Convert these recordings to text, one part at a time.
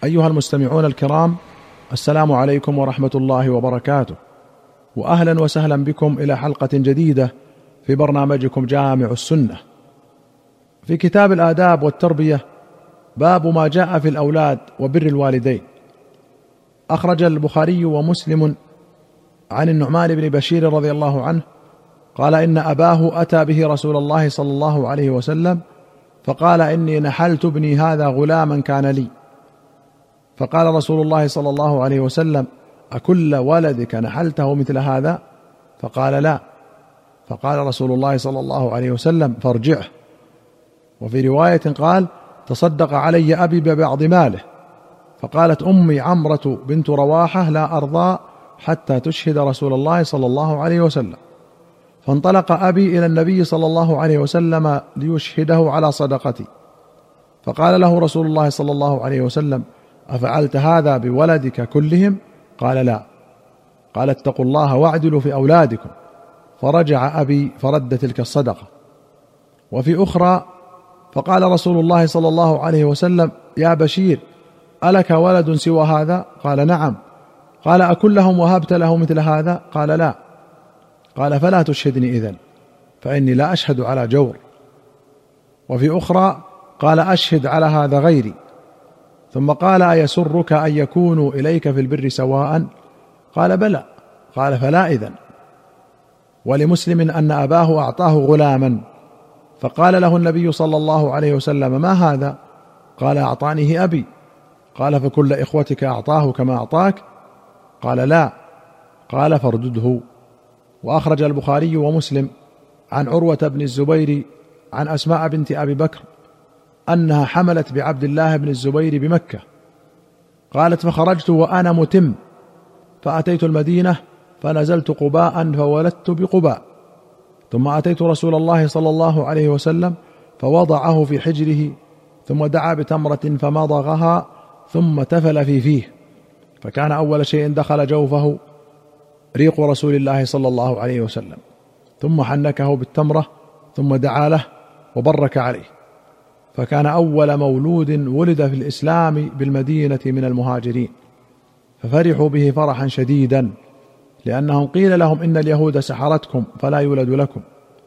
أيها المستمعون الكرام، السلام عليكم ورحمة الله وبركاته، وأهلا وسهلا بكم إلى حلقة جديدة في برنامجكم جامع السنة. في كتاب الآداب والتربية باب ما جاء في الأولاد وبر الوالدين. أخرج البخاري ومسلم عن النعمان بن بشير رضي الله عنه قال إن أباه أتى به رسول الله صلى الله عليه وسلم فقال إني نحلت ابني هذا غلاما كان لي، فقال رسول الله صلى الله عليه وسلم أكل ولدك نحلته مثل هذا؟ فقال لا. فقال رسول الله صلى الله عليه وسلم فارجعه. وفي رواية قال تصدق علي أبي ببعض ماله، فقالت أمي عمرة بنت رواحة لا أرضى حتى تشهد رسول الله صلى الله عليه وسلم. فانطلق أبي إلى النبي صلى الله عليه وسلم ليشهده على صدقتي، فقال له رسول الله صلى الله عليه وسلم أفعلت هذا بولدك كلهم؟ قال لا. قال اتقوا الله واعدلوا في أولادكم. فرجع أبي فرد تلك الصدقة. وفي أخرى فقال رسول الله صلى الله عليه وسلم يا بشير ألك ولد سوى هذا؟ قال نعم. قال أكلهم وهبت له مثل هذا؟ قال لا. قال فلا تشهدني إذن، فإني لا أشهد على جور. وفي أخرى قال أشهد على هذا غيري. ثم قال أيسرك أن يكونوا إليك في البر سواء؟ قال بلى. قال فلا إذن. ولمسلم أن أباه أعطاه غلاما فقال له النبي صلى الله عليه وسلم ما هذا؟ قال أعطانيه أبي. قال فكل إخوتك أعطاه كما أعطاك؟ قال لا. قال فاردده. وأخرج البخاري ومسلم عن عروة بن الزبير عن أسماء بنت أبي بكر أنها حملت بعبد الله بن الزبير بمكة. قالت فخرجت وأنا متم، فأتيت المدينة فنزلت قباء فولدت بقباء، ثم أتيت رسول الله صلى الله عليه وسلم فوضعه في حجره، ثم دعا بتمرة فمضغها ثم تفل في فيه، فكان أول شيء دخل جوفه ريق رسول الله صلى الله عليه وسلم، ثم حنكه بالتمرة ثم دعا له وبرك عليه، فكان أول مولود ولد في الإسلام بالمدينة من المهاجرين، ففرحوا به فرحا شديدا، لأنهم قيل لهم إن اليهود سحرتكم فلا يولد لكم.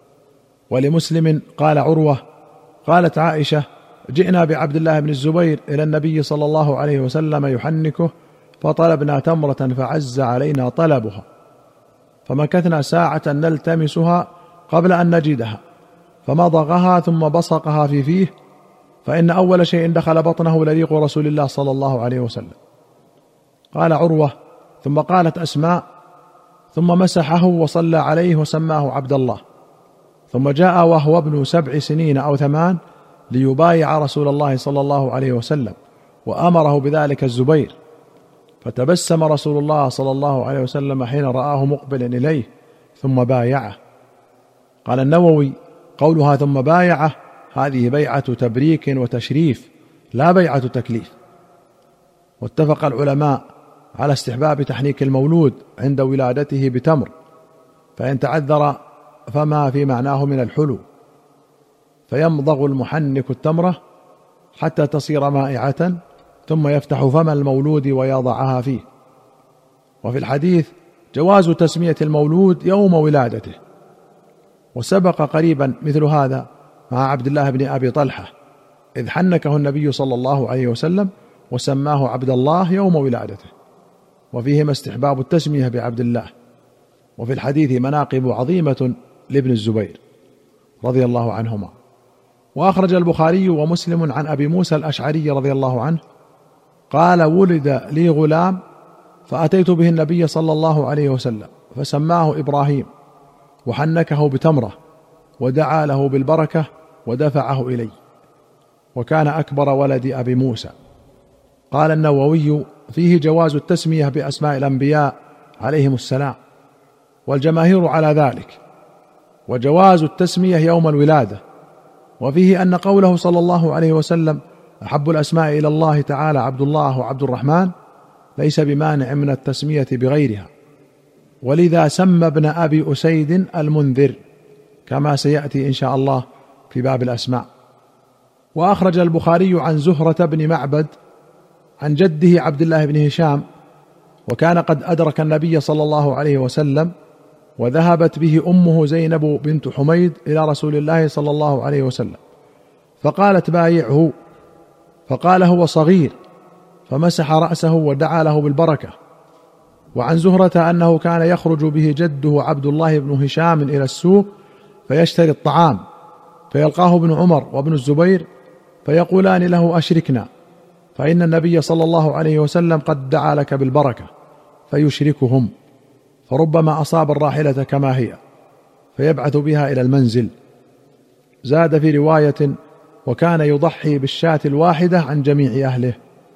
ولمسلم قال عروة قالت عائشة جئنا بعبد الله بن الزبير إلى النبي صلى الله عليه وسلم يحنكه، فطلبنا تمرة فعز علينا طلبها، فمكثنا ساعة نلتمسها قبل أن نجدها، فمضغها ثم بصقها في فيه، فإن أول شيء دخل بطنه لريق رسول الله صلى الله عليه وسلم. قال عروة ثم قالت أسماء ثم مسحه وصلى عليه وسماه عبد الله، ثم جاء وهو ابن 7 سنين أو 8 ليبايع رسول الله صلى الله عليه وسلم، وأمره بذلك الزبير، فتبسم رسول الله صلى الله عليه وسلم حين رآه مقبلا إليه ثم بايعه. قال النووي قولها ثم بايعه هذه بيعة تبريك وتشريف لا بيعة تكليف. واتفق العلماء على استحباب تحنيك المولود عند ولادته بتمر، فإن تعذر فما في معناه من الحلو، فيمضغ المحنك التمرة حتى تصير مائعة ثم يفتح فم المولود ويضعها فيه. وفي الحديث جواز تسمية المولود يوم ولادته، وسبق قريبا مثل هذا مع عبد الله بن أبي طلحة إذ حنكه النبي صلى الله عليه وسلم وسماه عبد الله يوم ولادته، وفيهما استحباب التسمية بعبد الله. وفي الحديث مناقب عظيمة لابن الزبير رضي الله عنهما. وأخرج البخاري ومسلم عن أبي موسى الأشعري رضي الله عنه قال ولد لي غلام فأتيت به النبي صلى الله عليه وسلم فسماه إبراهيم، وحنكه بتمرة ودعا له بالبركة ودفعه إلي، وكان أكبر ولد أبي موسى. قال النووي فيه جواز التسمية بأسماء الأنبياء عليهم السلام، والجماهير على ذلك، وجواز التسمية يوم الولادة. وفيه أن قوله صلى الله عليه وسلم أحب الأسماء إلى الله تعالى عبد الله وعبد الرحمن ليس بمانع من التسمية بغيرها، ولذا سمى ابن أبي أسيد المنذر كما سيأتي إن شاء الله في باب الأسماء. وأخرج البخاري عن زهرة بن معبد عن جده عبد الله بن هشام، وكان قد أدرك النبي صلى الله عليه وسلم، وذهبت به أمه زينب بنت حميد إلى رسول الله صلى الله عليه وسلم، فقالت بايعه، فقال هو صغير، فمسح رأسه ودعا له بالبركة. وعن زهرة أنه كان يخرج به جده عبد الله بن هشام إلى السوق فيشتري الطعام، فيلقاه ابن عمر وابن الزبير فيقولان له أشركنا، فإن النبي صلى الله عليه وسلم قد دعا لك بالبركة، فيشركهم، فربما أصاب الراحلة كما هي فيبعث بها إلى المنزل. زاد في رواية: وكان يضحي بالشاة الواحدة عن جميع أهله.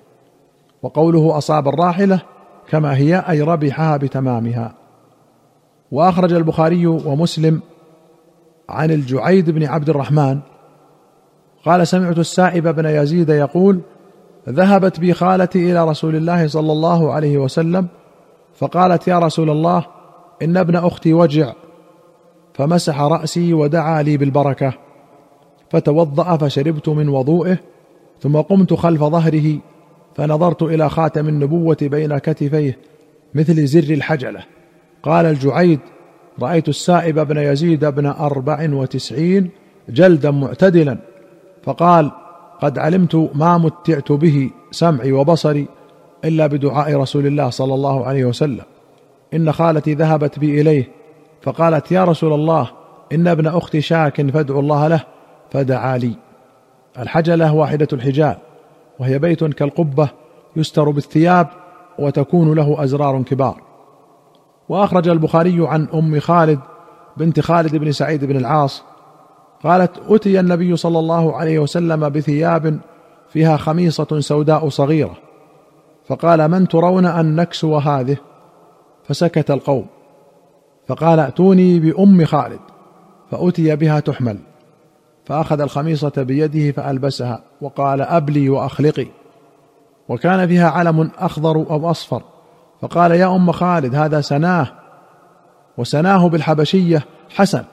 وقوله أصاب الراحلة كما هي أي ربحها بتمامها. وأخرج البخاري ومسلم عن الجعيد بن عبد الرحمن قال: سمعت السائب بن يزيد يقول: ذهبت بي خالتي إلى رسول الله صلى الله عليه وسلم، فقالت: يا رسول الله، إن ابن أختي وجع، فمسح رأسي ودعا لي بالبركة، فتوضأ فشربت من وضوئه، ثم قمت خلف ظهره فنظرت إلى خاتم النبوة بين كتفيه مثل زر الحجلة. قال الجعيد: رأيت السائب بن يزيد بن 94 جلدا معتدلا، فقال: قد علمت ما متعت به سمعي وبصري إلا بدعاء رسول الله صلى الله عليه وسلم. إن خالتي ذهبت بي إليه فقالت: يا رسول الله، إن ابن أختي شاك فادعوا الله له، فدعا لي. الحجلة واحدة الحجال، وهي بيت كالقبة يستر بالثياب وتكون له أزرار كبار. وأخرج البخاري عن أم خالد بنت خالد بن سعيد بن العاص قالت: أتي النبي صلى الله عليه وسلم بثياب فيها خميصة سوداء صغيرة، فقال: من ترون أن نكسو هذه؟ فسكت القوم، فقال: ائتوني بأم خالد، فأتي بها تحمل، فأخذ الخميصة بيده فألبسها، وقال: أبلي وأخلقي. وكان فيها علم أخضر أو أصفر، فقال: يا أم خالد، هذا سناه، وسناه بالحبشية حسن.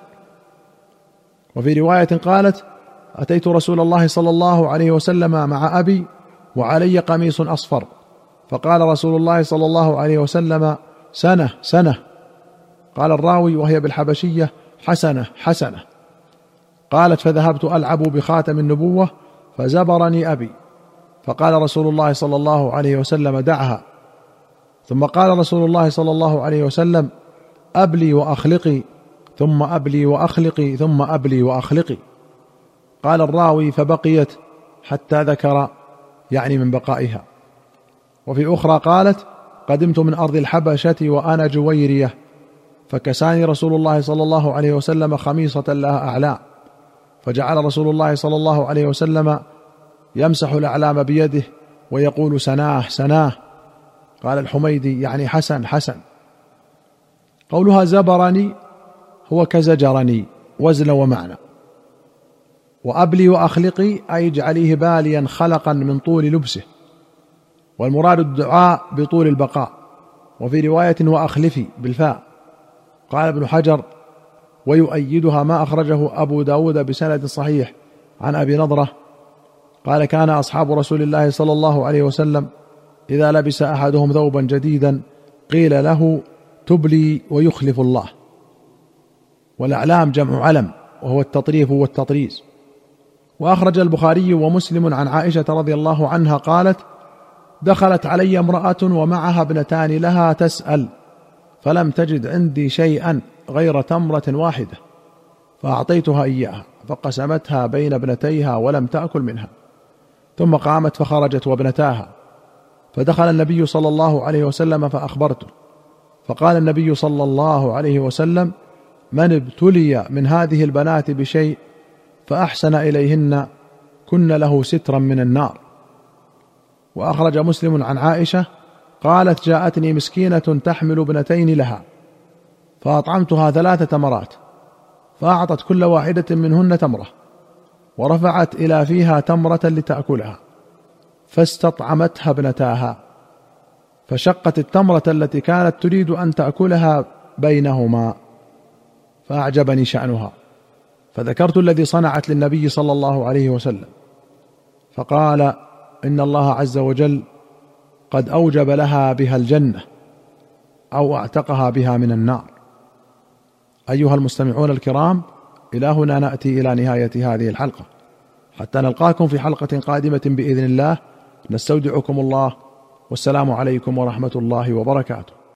وفي رواية قالت: أتيت رسول الله صلى الله عليه وسلم مع أبي وعلي قميص أصفر، فقال رسول الله صلى الله عليه وسلم: سنة سنة. قال الراوي: وهي بالحبشية حسنة حسنة. قالت: فذهبت ألعب بخاتم النبوة فزبرني أبي، فقال رسول الله صلى الله عليه وسلم: دعها. ثم قال رسول الله صلى الله عليه وسلم: أبلي وأخلقي، ثم أبلي وأخلقي، ثم أبلي وأخلقي. قال الراوي: فبقيت حتى ذكر يعني من بقائها. وفي أخرى قالت: قدمت من أرض الحبشة وأنا جويرية، فكساني رسول الله صلى الله عليه وسلم خميصة لها أعلام، فجعل رسول الله صلى الله عليه وسلم يمسح الأعلام بيده ويقول: سناه سناه. قال الحميدي: يعني حسن حسن. قولها زبرني هو كزجرني وزن ومعنى. وأبلي وأخلقي أي اجعليه باليا خلقا من طول لبسه، والمراد الدعاء بطول البقاء. وفي رواية: وأخلفي بالفاء. قال ابن حجر: ويؤيدها ما أخرجه أبو داود بسند صحيح عن أبي نضرة قال: كان أصحاب رسول الله صلى الله عليه وسلم إذا لبس أحدهم ثوبا جديدا قيل له: تبلي ويخلف الله. والأعلام جمع علم، وهو التطريف والتطريز. وأخرج البخاري ومسلم عن عائشة رضي الله عنها قالت: دخلت علي امرأة ومعها ابنتان لها تسأل، فلم تجد عندي شيئا غير تمرة واحدة، فأعطيتها إياها، فقسمتها بين ابنتيها ولم تأكل منها، ثم قامت فخرجت وابنتاها، فدخل النبي صلى الله عليه وسلم فأخبرته، فقال النبي صلى الله عليه وسلم: من ابتلي من هذه البنات بشيء فأحسن إليهن كن له سترا من النار. وأخرج مسلم عن عائشة قالت: جاءتني مسكينة تحمل ابنتين لها، فأطعمتها 3 تمرات، فأعطت كل واحدة منهن تمرة، ورفعت إلى فيها تمرة لتأكلها، فاستطعمتها ابنتاها، فشقت التمرة التي كانت تريد أن تأكلها بينهما، فأعجبني شأنها، فذكرت الذي صنعت للنبي صلى الله عليه وسلم، فقال: إن الله عز وجل قد أوجب لها بها الجنة أو أعتقها بها من النار. أيها المستمعون الكرام، إلى هنا نأتي إلى نهاية هذه الحلقة، حتى نلقاكم في حلقة قادمة بإذن الله. نستودعكم الله، والسلام عليكم ورحمة الله وبركاته.